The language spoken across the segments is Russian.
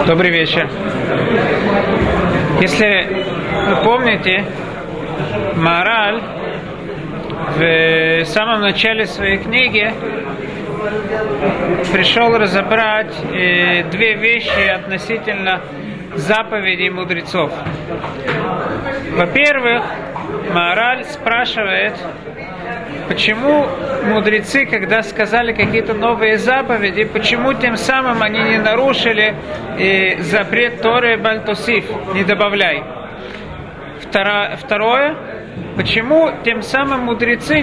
Добрый вечер. Если вы помните, Маораль в самом начале своей книги пришел разобрать две вещи относительно заповедей мудрецов. Во-первых, Маораль спрашивает, почему мудрецы, когда сказали какие-то новые заповеди, почему тем самым они не нарушили запрет Торы Баль-Тосиф, не добавляй. Второе, почему тем самым мудрецы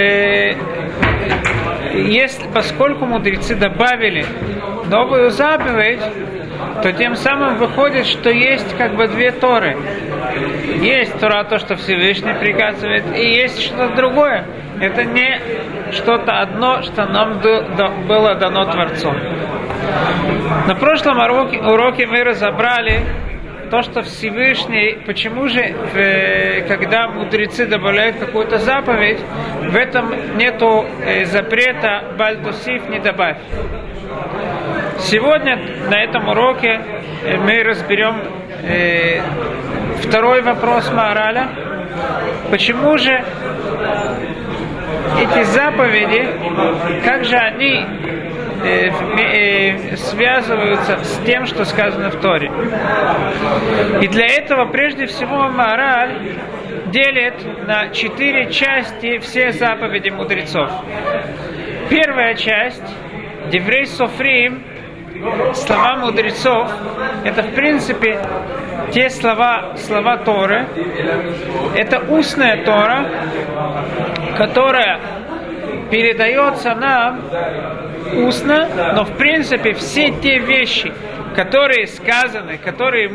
поскольку мудрецы добавили новую заповедь, то тем самым выходит, что есть как бы две Торы. Есть Тора, то, что Всевышний приказывает, и есть что-то другое. Это не что-то одно, что нам было дано Творцом. На прошлом уроке мы разобрали то, что Всевышний, почему же, когда мудрецы добавляют какую-то заповедь, в этом нету запрета Баль-Тосиф, не добавь. Сегодня на этом уроке мы разберем второй вопрос Маораля. Почему же эти заповеди, как же они связываются с тем, что сказано в Торе? И для этого прежде всего Маораль делит на 4 части все заповеди мудрецов. Первая часть, Деврей Софрим, слова мудрецов, это в принципе те слова Торы, это устная Тора, которая передается нам устно, но в принципе все те вещи, которые сказаны, которые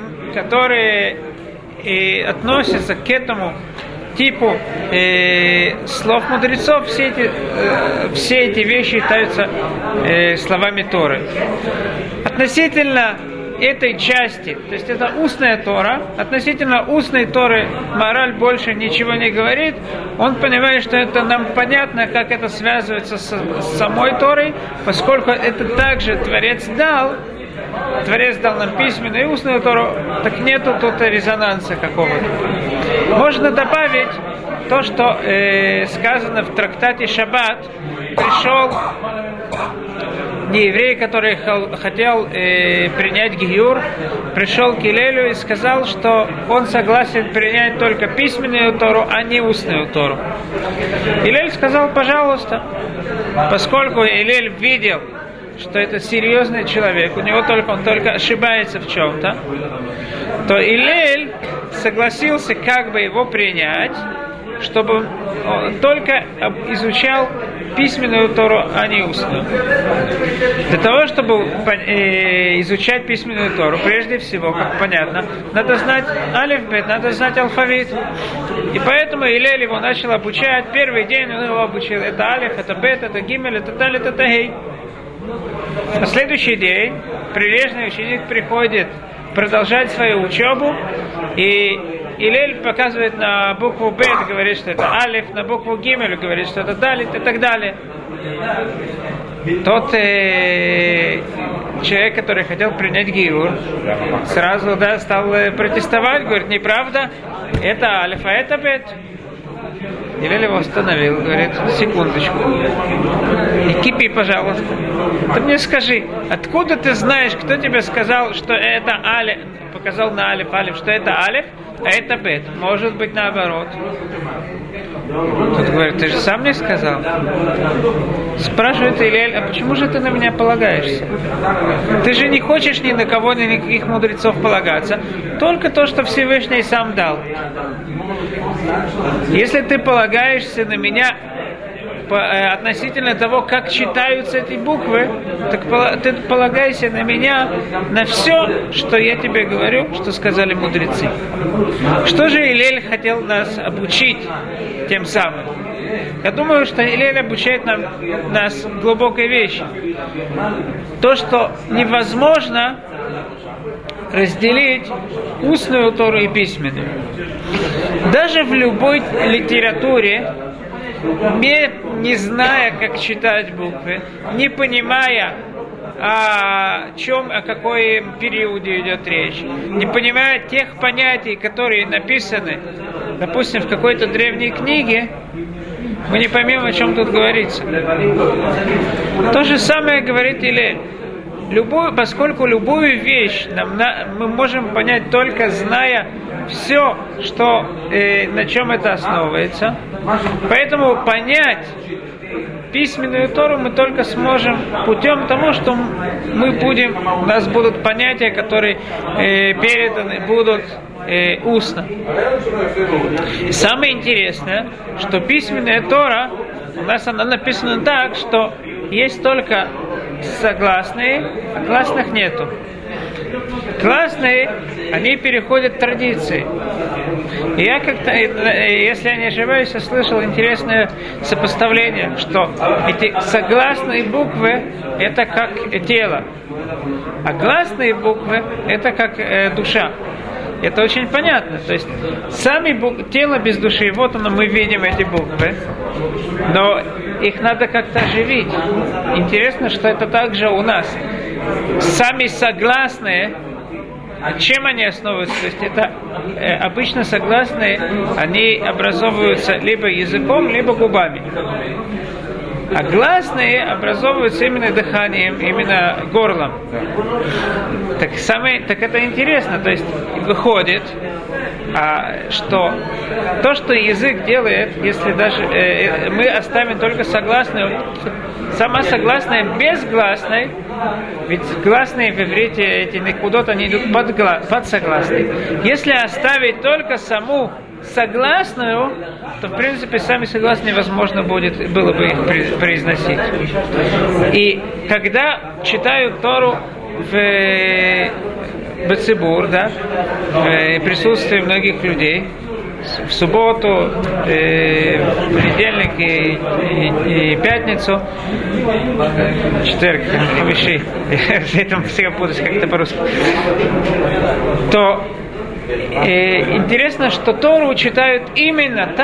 относятся к этому типу слов мудрецов, все эти вещи считаются словами Торы. Относительно этой части, то есть это устная Тора, относительно устной Торы Маораль больше ничего не говорит. Он понимает, что это нам понятно, как это связывается с самой Торой, поскольку это также Творец дал нам письменную и устную Тору, так нету тут резонанса какого-то. Можно добавить то, что сказано в трактате Шаббат. Пришел нееврей, который хотел принять гиюр, пришел к Илелю и сказал, что он согласен принять только письменную Тору, а не устную Тору. Илель сказал, пожалуйста, поскольку Илель видел, что это серьезный человек, он только ошибается в чем-то, то Илель согласился как бы его принять, чтобы он только изучал письменную Тору, а не устную. Для того, чтобы изучать письменную Тору, прежде всего, как понятно, надо знать алеф-бет, надо знать алфавит. И поэтому Илель его начал обучать. Первый день он его обучил. Это алеф, это бет, это гимель, это далит, это гей. На следующий день прилежный ученик приходит продолжать свою учебу, и Илель показывает на букву Бет, говорит, что это алиф, на букву Гимель говорит, что это далит и так далее. Тот человек, который хотел принять гиюр, сразу стал протестовать, говорит, неправда, это алиф, а это Бет. Илель его остановил, говорит, секундочку, и кипи, пожалуйста. Ты мне скажи, откуда ты знаешь, кто тебе сказал, что это алиф, показал на алиф, что это алиф, а это бет? Может быть наоборот. Тот говорит, ты же сам мне сказал. Спрашивает Илель, а почему же ты на меня полагаешься? Ты же не хочешь ни на кого, ни на каких мудрецов полагаться. Только то, что Всевышний сам дал. Если ты полагаешься на меня относительно того, как читаются эти буквы, так ты полагайся на меня, на все, что я тебе говорю, что сказали мудрецы. Что же Илель хотел нас обучить тем самым? Я думаю, что Илель обучает нас глубокой вещи. То, что невозможно разделить устную Тору и письменную. Даже в любой литературе, не зная, как читать буквы, не понимая о какой периоде идет речь, не понимая тех понятий, которые написаны, допустим, в какой-то древней книге, мы не поймем, о чем тут говорится. То же самое говорит Илель. Поскольку любую вещь мы можем понять только зная все, на чем это основывается, поэтому понять письменную Тору мы только сможем путем того, что у нас будут понятия, которые переданы будут устно. И самое интересное, что письменная Тора, у нас она написана так, что есть только согласные, а гласных нету. Гласные, они переходят в традиции. И я как-то, если я не ошибаюсь, я слышал интересное сопоставление, что эти согласные буквы – это как тело, а гласные буквы – это как душа. Это очень понятно. То есть тело без души, вот оно, мы видим эти буквы, но их надо как-то оживить. Интересно, что это также у нас. Сами согласные, чем они основываются? То есть это обычно согласные, они образовываются либо языком, либо губами. А гласные образовываются именно дыханием, именно горлом. Так это интересно. То есть выходит, что то, что язык делает, если даже мы оставим только согласные, сама согласная без гласной, ведь гласные в иврите, эти никудот, они идут под согласные. Если оставить только саму согласную, то в принципе сами согласные невозможно было бы их произносить. И когда читают Тору в Бецибур, в присутствии многих людей, в субботу, в понедельник и пятницу, четверг, и выше, я все путаюсь как-то по-русски, то интересно, что Тору читают именно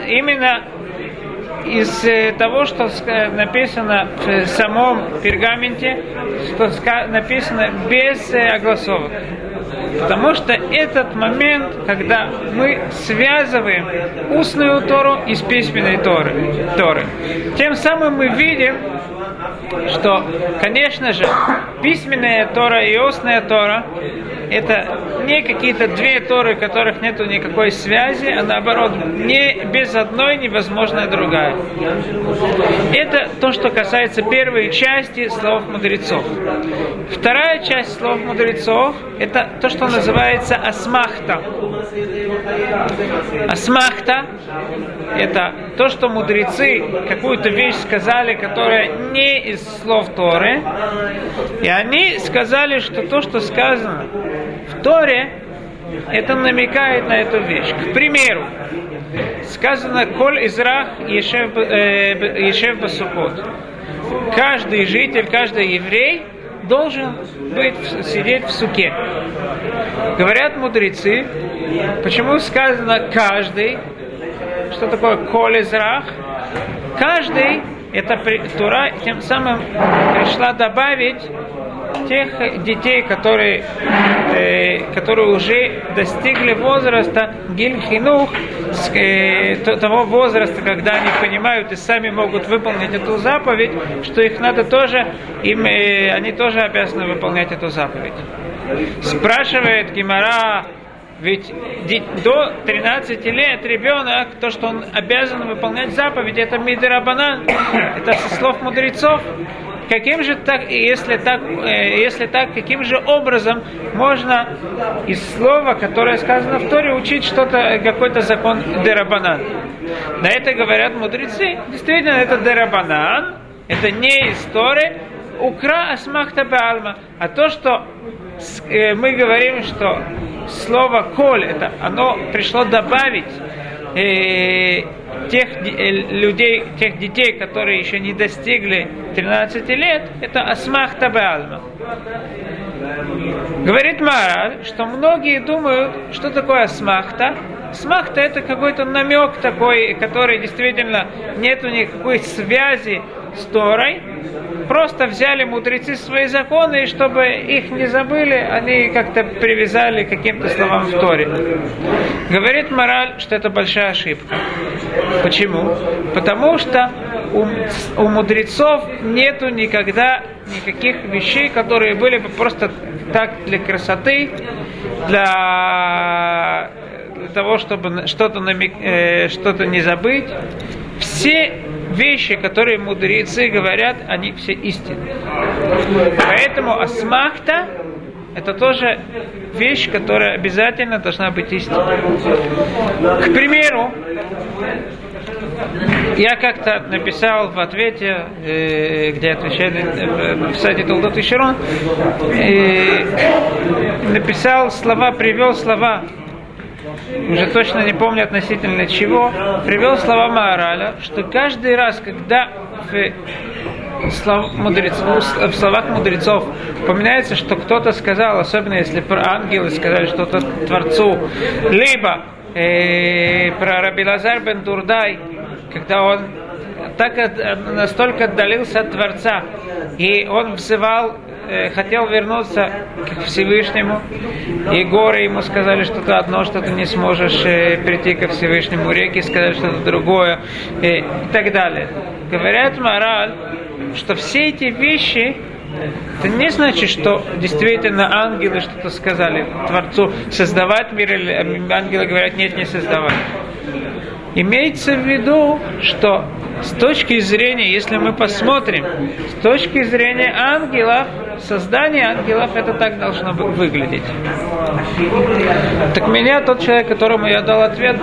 из того, что написано в самом пергаменте, что написано без огласовок. Потому что этот момент, когда мы связываем устную Тору и с письменной Торы. Тем самым мы видим, что, конечно же, письменная Тора и устная Тора – это не какие-то две Торы, в которых нет никакой связи, а наоборот, без одной невозможна другая. Это то, что касается первой части слов мудрецов. Вторая часть слов мудрецов – это то, что называется асмахта. Асмахта – это то, что мудрецы какую-то вещь сказали, которая не из слов Торы, и они сказали, что то, что сказано в Торе, это намекает на эту вещь. К примеру, сказано «Коль израх ешев басукот». Каждый житель, каждый еврей должен сидеть в суке. Говорят мудрецы, почему сказано «каждый». Что такое «коль израх»? Каждый, это Тура, тем самым пришла добавить тех детей, которые уже достигли возраста гиль-хинух, того возраста, когда они понимают и сами могут выполнить эту заповедь, что их надо тоже, они тоже обязаны выполнять эту заповедь. Спрашивает Гемара, ведь до 13 лет ребенок, то, что он обязан выполнять заповедь, это мидрабанан, это со слов мудрецов. Каким же так, если так, каким же образом можно из слова, которое сказано в Торе, учить что-то, какой-то закон дерабанан? На это говорят мудрецы. Действительно, это дерабанан, это не из Торы, укра асмахта беалма. А то, что мы говорим, что слово коль, это оно пришло добавить тех людей, тех детей, которые еще не достигли 13 лет, это асмахта беалма. Говорит Маораль, что многие думают, что такое асмахта. Асмахта — это какой-то намек такой, который действительно нету никакой связи с Торой, просто взяли мудрецы свои законы, и чтобы их не забыли, они как-то привязали к каким-то словам в Торе. Говорит Мараль, что это большая ошибка. Почему? Потому что у мудрецов нету никогда никаких вещей, которые были бы просто так для красоты, для того, чтобы что-то не забыть. Все вещи, которые мудрецы говорят, они все истинны. Поэтому асмахта — это тоже вещь, которая обязательно должна быть истинной. К примеру, я как-то написал в ответе, где отвечали в сайте Толдот Ишерон, написал слова, привел слова, уже точно не помню относительно чего, привел слова Маараля, что каждый раз, когда в словах мудрецов упоминается, что кто-то сказал, особенно если про ангелы сказали что-то Творцу, либо про Раби Лазар бен Дурдай, когда он настолько отдалился от Творца, и он взывал, хотел вернуться к Всевышнему, и горы ему сказали что-то одно, что ты не сможешь прийти ко Всевышнему, реки сказали что-то другое, и так далее. Говорят Мораль, что все эти вещи, это не значит, что действительно ангелы что-то сказали Творцу создавать мир, или ангелы говорят, нет, не создавать. Имеется в виду, что с точки зрения, если мы посмотрим, с точки зрения ангелов, создание ангелов, это так должно выглядеть. Так меня тот человек, которому я дал ответ,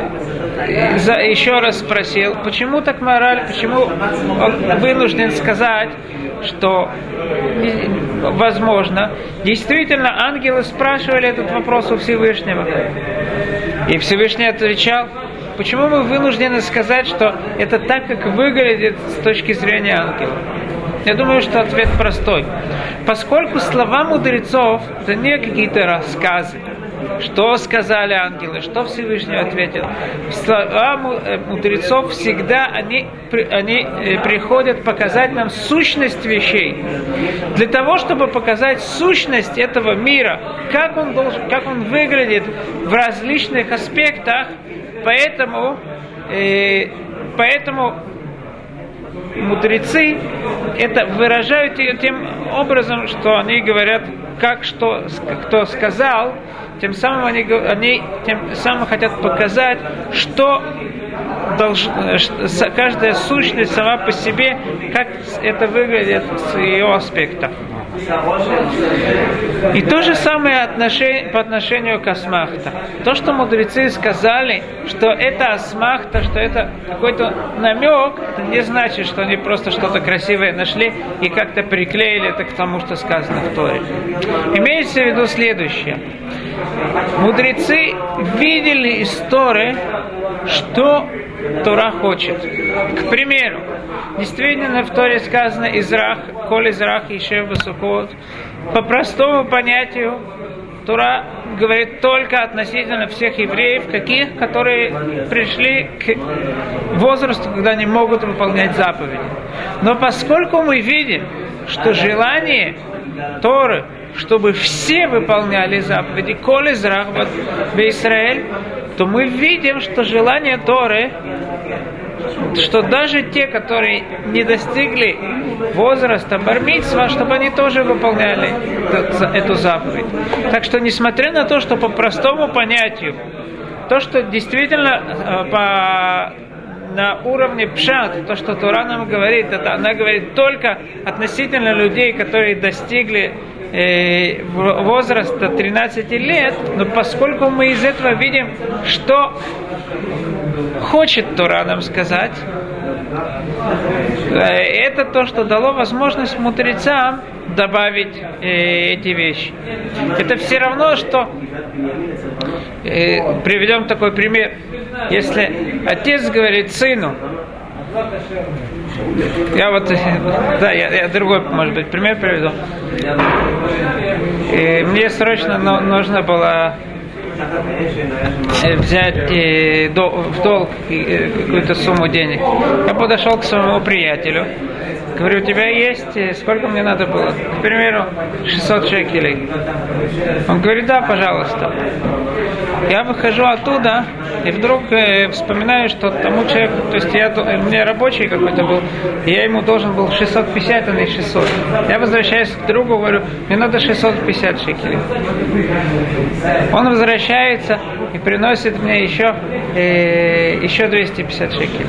еще раз спросил, почему так мораль, почему он вынужден сказать, что возможно, действительно ангелы спрашивали этот вопрос у Всевышнего. И Всевышний отвечал. Почему мы вынуждены сказать, что это так, как выглядит с точки зрения ангелов? Я думаю, что ответ простой. Поскольку слова мудрецов – это не какие-то рассказы, что сказали ангелы, что Всевышний ответил. Слова мудрецов всегда они приходят показать нам сущность вещей. Для того, чтобы показать сущность этого мира, как он выглядит в различных аспектах, Поэтому мудрецы это выражают ее тем образом, что они говорят, кто сказал, тем самым они тем самым хотят показать, что каждая сущность сама по себе, как это выглядит с ее аспекта. И то же самое по отношению к асмахта. То, что мудрецы сказали, что это асмахта, что это какой-то намек, это не значит, что они просто что-то красивое нашли и как-то приклеили это к тому, что сказано в Торе. Имеется в виду следующее. Мудрецы видели из Торы, что Тора хочет. К примеру, действительно в Торе сказано «Израх, коль израх, ешев басукот». По простому понятию Тора говорит только относительно всех евреев, которые пришли к возрасту, когда не могут выполнять заповеди. Но поскольку мы видим, что желание Торы, чтобы все выполняли заповеди, коль израх в Израиль, то мы видим, что желание Торы, что даже те, которые не достигли возраста бар-мицва, чтобы они тоже выполняли эту заповедь. Так что, несмотря на то, что по простому понятию, то, что действительно на уровне пшат, то, что Тора нам говорит, это она говорит только относительно людей, которые достигли возраста 13 лет, но поскольку мы из этого видим, что хочет Тора нам сказать, это то, что дало возможность мудрецам добавить эти вещи. Это все равно, что приведем такой пример. Если отец говорит сыну, я другой, может быть, пример приведу. Мне срочно нужно было взять в долг какую-то сумму денег. Я подошел к своему приятелю, Говорю, у тебя есть, сколько мне надо было? К примеру, 600 шекелей. Он говорит, да, пожалуйста. Я выхожу оттуда, и вдруг вспоминаю, что тому человеку, то есть у меня рабочий какой-то был, и я ему должен был 650, а не 600. Я возвращаюсь к другу, говорю, мне надо 650 шекелей. Он возвращается и приносит мне еще 250 шекелей.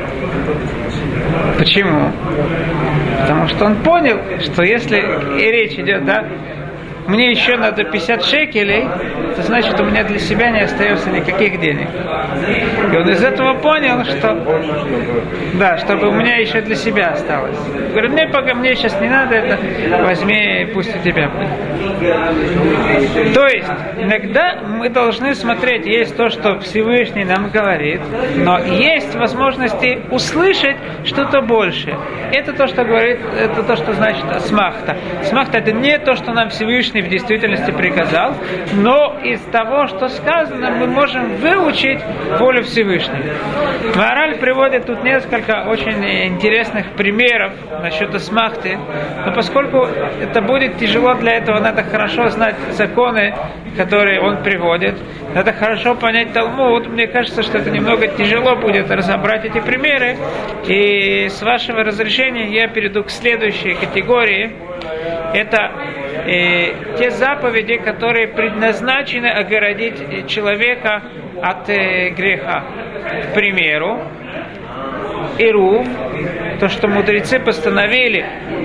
Почему? Потому что он понял, что если и речь идет, да, мне еще надо 50 шекелей, это значит, у меня для себя не остается никаких денег. И он из этого понял, что да, чтобы у меня еще для себя осталось. Говорит, мне сейчас не надо это, возьми, пусть у тебя будет. То есть, иногда мы должны смотреть, есть то, что Всевышний нам говорит, но есть возможности услышать что-то большее. Это то, что говорит, это то, что значит смахта. Смахта — это не то, что нам Всевышний в действительности приказал, но из того, что сказано, мы можем выучить волю Всевышнего. Маораль приводит тут несколько очень интересных примеров насчет смахты, но поскольку это будет тяжело, для этого надо хорошо знать законы, которые он приводит, надо хорошо понять Талмуд. Мне кажется, что это немного тяжело будет разобрать эти примеры, и с вашего разрешения я перейду к следующей категории. Это те заповеди, которые предназначены огородить человека от греха. К примеру, Ирув, то, что мудрецы постановили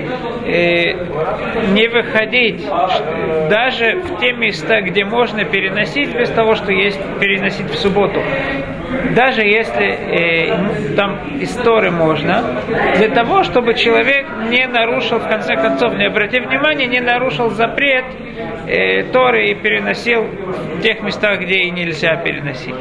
не выходить даже в те места, где можно переносить, без того, что есть переносить в субботу. Даже если там из Торы можно, для того, чтобы человек не нарушил, в конце концов, не обратив внимания, не нарушил запрет Торы и переносил в тех местах, где и нельзя переносить.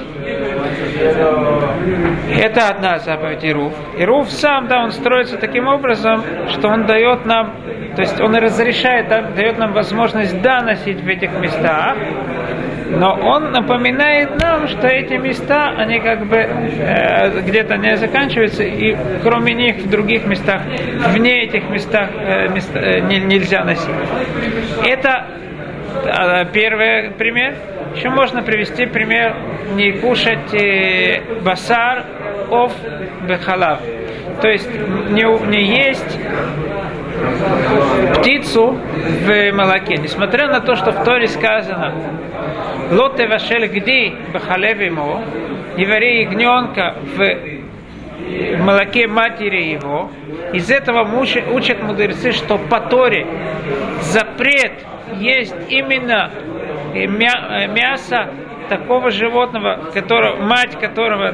Это одна заповедь Ирув. Ирув сам, да, он строится таким образом, что он дает нам, то есть он разрешает, дает нам возможность, да, носить в этих местах, но он напоминает нам, что эти места, они как бы где-то не заканчиваются, и кроме них в других местах, вне этих местах нельзя носить. Это первый пример. Еще можно привести пример: не кушать басар, ов, бехалав. То есть не есть птицу в молоке. Несмотря на то, что в Торе сказано «Лоте вашель гди бехалев ему», не вари ягненка в молоке матери его. Из этого учат мудрецы, что по Торе запрет есть именно мясо такого животного, мать которого,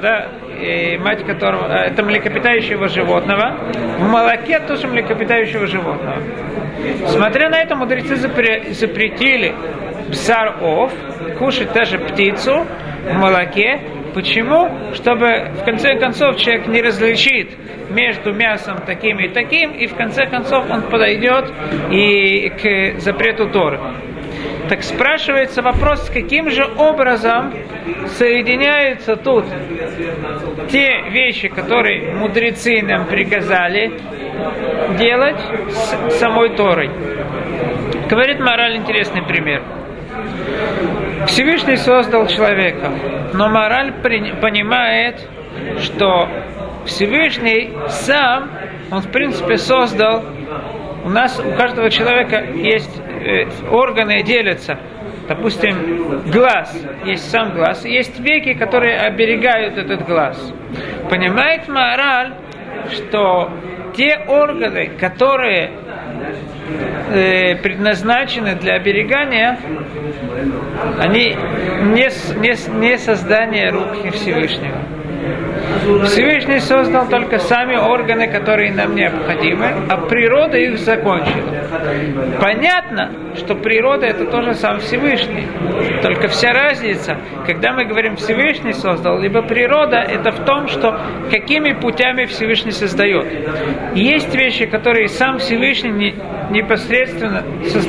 это млекопитающего животного, в молоке тоже млекопитающего животного. Смотря на это, мудрецы запретили бсар-ов, кушать даже птицу в молоке. Почему? Чтобы в конце концов человек не различит между мясом таким и таким, и в конце концов он подойдет и к запрету Торы. Так спрашивается вопрос, каким же образом соединяются тут те вещи, которые мудрецы нам приказали делать с самой Торой. Говорит Маораль интересный пример. Всевышний создал человека, но Маораль понимает, что Всевышний сам, он в принципе создал, у каждого человека есть органы, делятся. Допустим, глаз, есть сам глаз, и есть веки, которые оберегают этот глаз. Понимает Маораль, что те органы, которые предназначены для оберегания, они не создание рук Всевышнего. Всевышний создал только сами органы, которые нам необходимы, а природа их закончила. Понятно, что природа — это тоже сам Всевышний. Только вся разница, когда мы говорим «Всевышний создал», либо природа, это в том, что какими путями Всевышний создает. Есть вещи, которые сам Всевышний непосредственно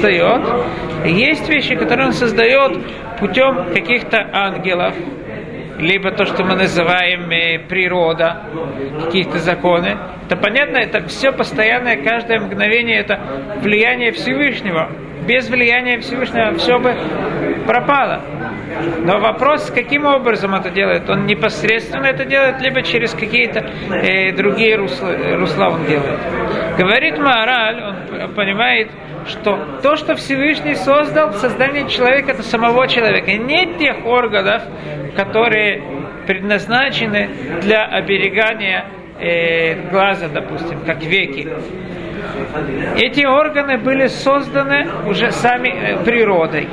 создает, есть вещи, которые он создает путем каких-то ангелов, либо то, что мы называем природа, какие-то законы, то понятно, это все постоянное, каждое мгновение это влияние Всевышнего. Без влияния Всевышнего все бы пропало. Но вопрос, каким образом это делает? Он непосредственно это делает, либо через какие-то другие русла он делает. Говорит Маораль, он понимает, что то, что Всевышний создал, создание человека, это самого человека. Нет тех органов, которые предназначены для оберегания глаза, допустим, как веки. Эти органы были созданы уже сами природой.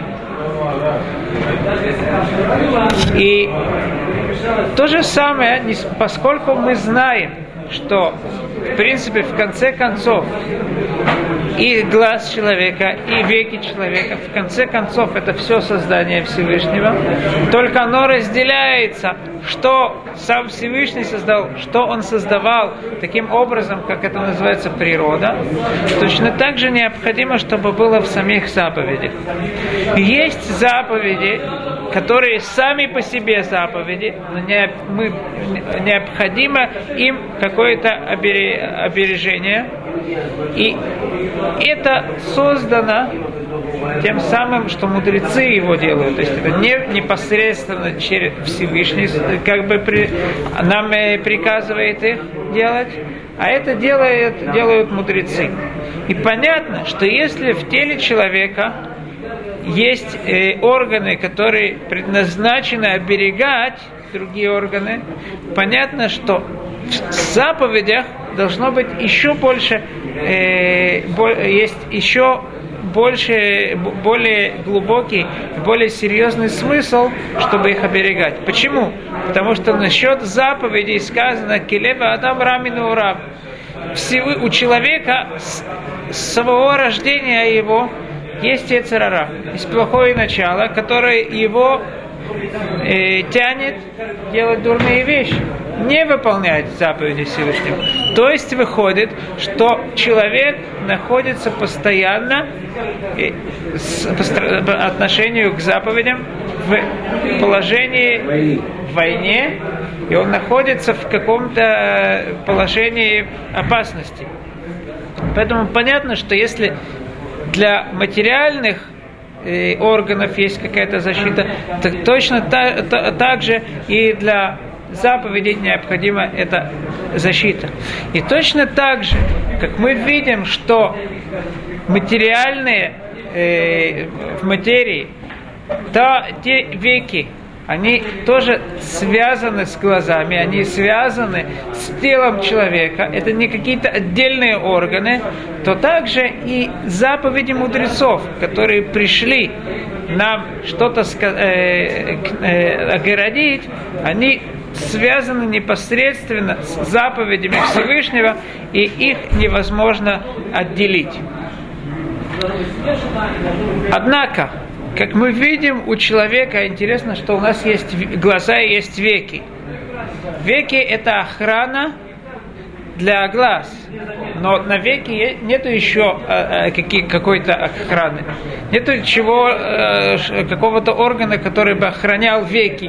И то же самое, поскольку мы знаем, что в принципе в конце концов и глаз человека, и веки человека, в конце концов это все создание Всевышнего, только оно разделяется, что сам Всевышний создал, что он создавал таким образом, как это называется природа. Точно так же необходимо, чтобы было в самих заповедях. Есть заповеди, которые сами по себе заповеди, но необходимо им какое-то обережение. И это создано тем самым, что мудрецы его делают. То есть это не непосредственно через Всевышний как бы нам приказывает их делать, а это делают мудрецы. И понятно, что если в теле человека есть органы, которые предназначены оберегать другие органы, понятно, что в заповедях должно быть еще больше, есть еще больше, более глубокий, более серьезный смысл, чтобы их оберегать. Почему? Потому что насчет заповедей сказано «Келева адам рамину раб». У человека с самого рождения его есть йецер ара, есть плохое начало, которое его тянет делать дурные вещи, не выполнять заповеди Всевышнего. То есть выходит, что человек находится постоянно по отношению к заповедям в положении в войне, и он находится в каком-то положении опасности. Поэтому понятно, что если для материальных органов есть какая-то защита, то точно так же и для заповедей необходима эта защита. И точно так же, как мы видим, что материальные в материи, те веки, они тоже связаны с глазами, они связаны с телом человека, это не какие-то отдельные органы, то также и заповеди мудрецов, которые пришли нам что-то огородить, они связаны непосредственно с заповедями Всевышнего, и их невозможно отделить. Однако, как мы видим, у человека интересно, что у нас есть глаза и есть веки. Веки – это охрана для глаз, но на веки нету еще какой-то охраны. Нету какого-то органа, который бы охранял веки.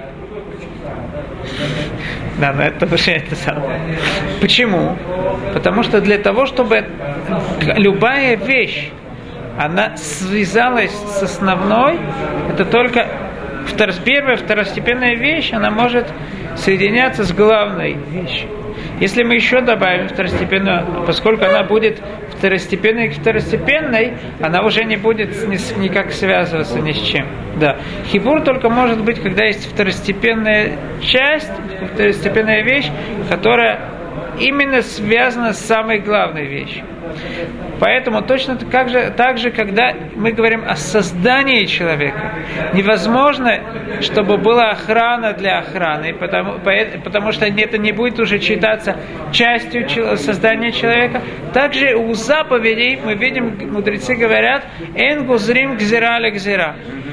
Да, но это уже это самое. Почему? Потому что для того, чтобы любая вещь, она связалась с основной, это только первая, второстепенная вещь, она может соединяться с главной вещью. Если мы еще добавим второстепенную, поскольку она будет второстепенной к второстепенной, она уже не будет никак связываться ни с чем. Да. Хибур только может быть, когда есть второстепенная часть, второстепенная вещь, которая именно связана с самой главной вещью. Поэтому точно так же, когда мы говорим о создании человека, невозможно, чтобы была охрана для охраны, потому что это не будет уже считаться частью создания человека. Также у заповедей мы видим, мудрецы говорят, «Эн гузрим гзира ле гзира».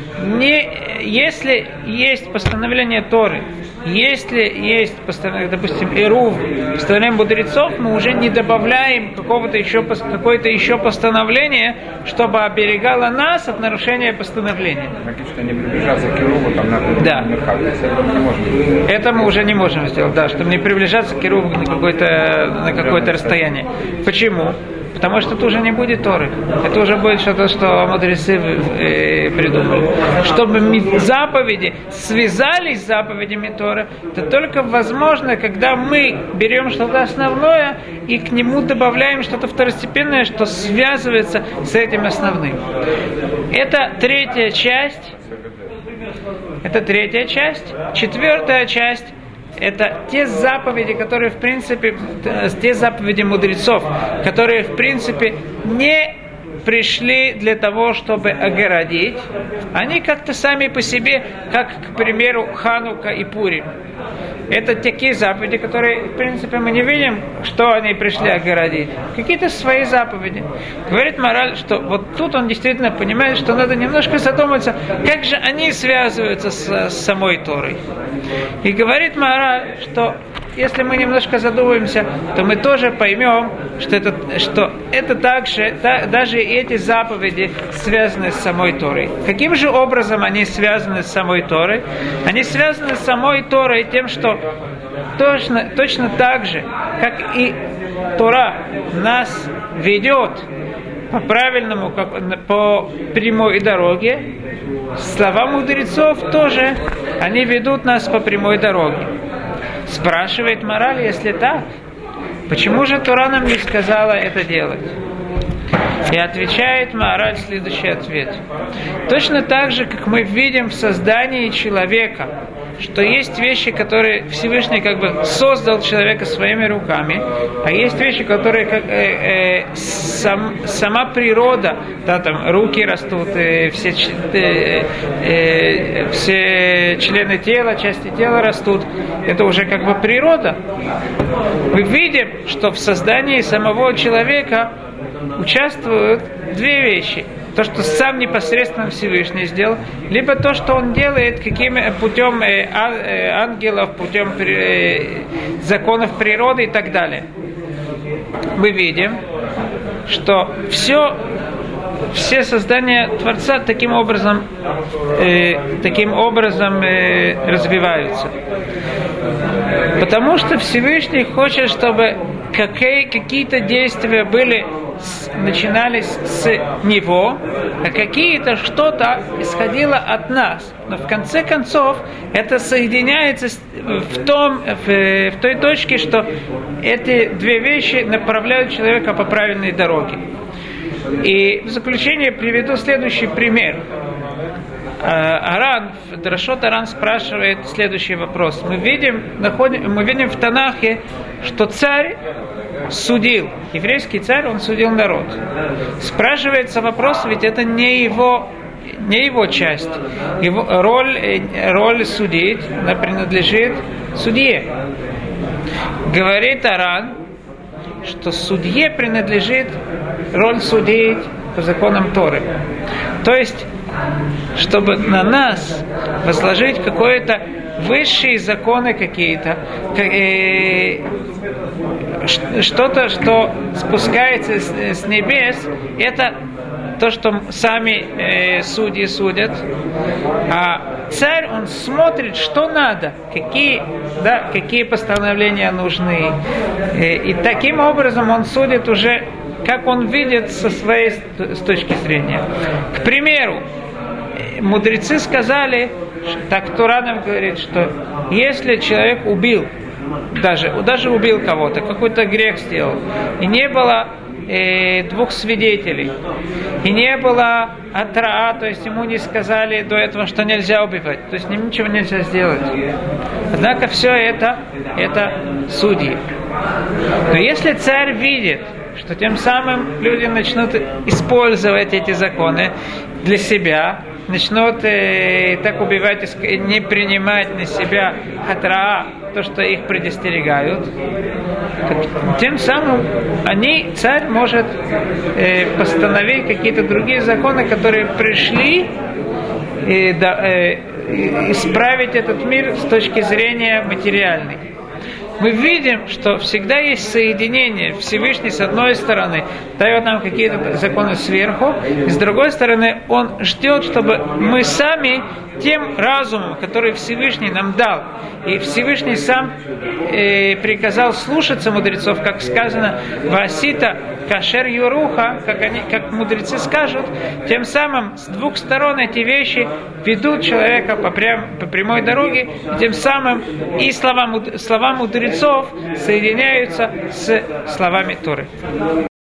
Если есть постановление Торы, если есть постановление, допустим, Эрув, постановление мудрецов, мы уже не добавляем какого-то еще какое-то еще постановление, чтобы оберегало нас от нарушения постановления. Что не приближаться к Керуву, там надо Это мы уже не можем сделать, да, чтобы не приближаться к Керуву на какое-то расстояние. Почему? Потому что это уже не будет Торы. Это уже будет что-то, что мудрецы придумали. Чтобы заповеди связались с заповедями Торы, это только возможно, когда мы берем что-то основное и к нему добавляем что-то второстепенное, что связывается с этим основным. Это третья часть. Четвертая часть. Это те заповеди, которые, в принципе, те заповеди мудрецов, которые, в принципе, не пришли для того, чтобы огородить. Они как-то сами по себе, как, к примеру, Ханука и Пурим. Это такие заповеди, которые, в принципе, мы не видим, что они пришли огородить. Какие-то свои заповеди. Говорит Мораль, что вот тут он действительно понимает, что надо немножко задуматься, как же они связываются с самой Торой. И говорит Мораль, что если мы немножко задумаемся, то мы тоже поймем, что это также, даже эти заповеди связаны с самой Торой. Каким же образом они связаны с самой Торой? Они связаны с самой Торой тем, что точно так же, как и Тора нас ведет по правильному, по прямой дороге, слова мудрецов тоже, они ведут нас по прямой дороге. Спрашивает Мораль, если так, почему же Тора нам не сказала это делать? И отвечает Мораль следующий ответ. Точно так же, как мы видим в создании человека, что есть вещи, которые Всевышний как бы создал человека своими руками, а есть вещи, которые сама природа, да, там руки растут, все члены тела, части тела растут, это уже как бы природа. Мы видим, что в создании самого человека участвуют две вещи. То, что сам непосредственно Всевышний сделал, либо то, что он делает путем ангелов, путем законов природы и так далее. Мы видим, что все создания Творца таким образом развиваются. Потому что Всевышний хочет, чтобы какие-то действия начинались с Него, а какие-то что-то исходило от нас. Но в конце концов это соединяется в той точке, что эти две вещи направляют человека по правильной дороге. И в заключение приведу следующий пример. Драшот Аран спрашивает следующий вопрос. Мы видим в Танахе, что царь судил. Еврейский царь, он судил народ. Спрашивается вопрос, ведь это не его часть. Его роль судить, она принадлежит судье. Говорит Аран, что судье принадлежит роль судить по законам Торы. То есть, чтобы на нас возложить какое-то высшие законы какие-то, что-то, что спускается с небес, это то, что сами судьи судят. А царь, он смотрит, что надо, какие постановления нужны. И таким образом он судит уже, как он видит с точки зрения. К примеру, мудрецы сказали, так Тора нам говорит, что если человек убил, даже убил кого-то, какой-то грех сделал, и не было двух свидетелей, и не было атраа, то есть ему не сказали до этого, что нельзя убивать, то есть ничего нельзя сделать. Однако все это судьи. Но если царь видит, что тем самым люди начнут использовать эти законы для себя, начнут так убивать, не принимать на себя атраа, то, что их предостерегают, тем самым царь может постановить какие-то другие законы, которые пришли исправить этот мир с точки зрения материальной. мы видим, что всегда есть соединение. Всевышний, с одной стороны, дает нам какие-то законы сверху, и с другой стороны, Он ждет, чтобы мы сами тем разумом, который Всевышний нам дал, и Всевышний сам приказал слушаться мудрецов, как сказано, «Васита кашер юруха», как мудрецы скажут, тем самым с двух сторон эти вещи ведут человека по прямой дороге, и тем самым и слова мудрецов соединяются с словами Торы.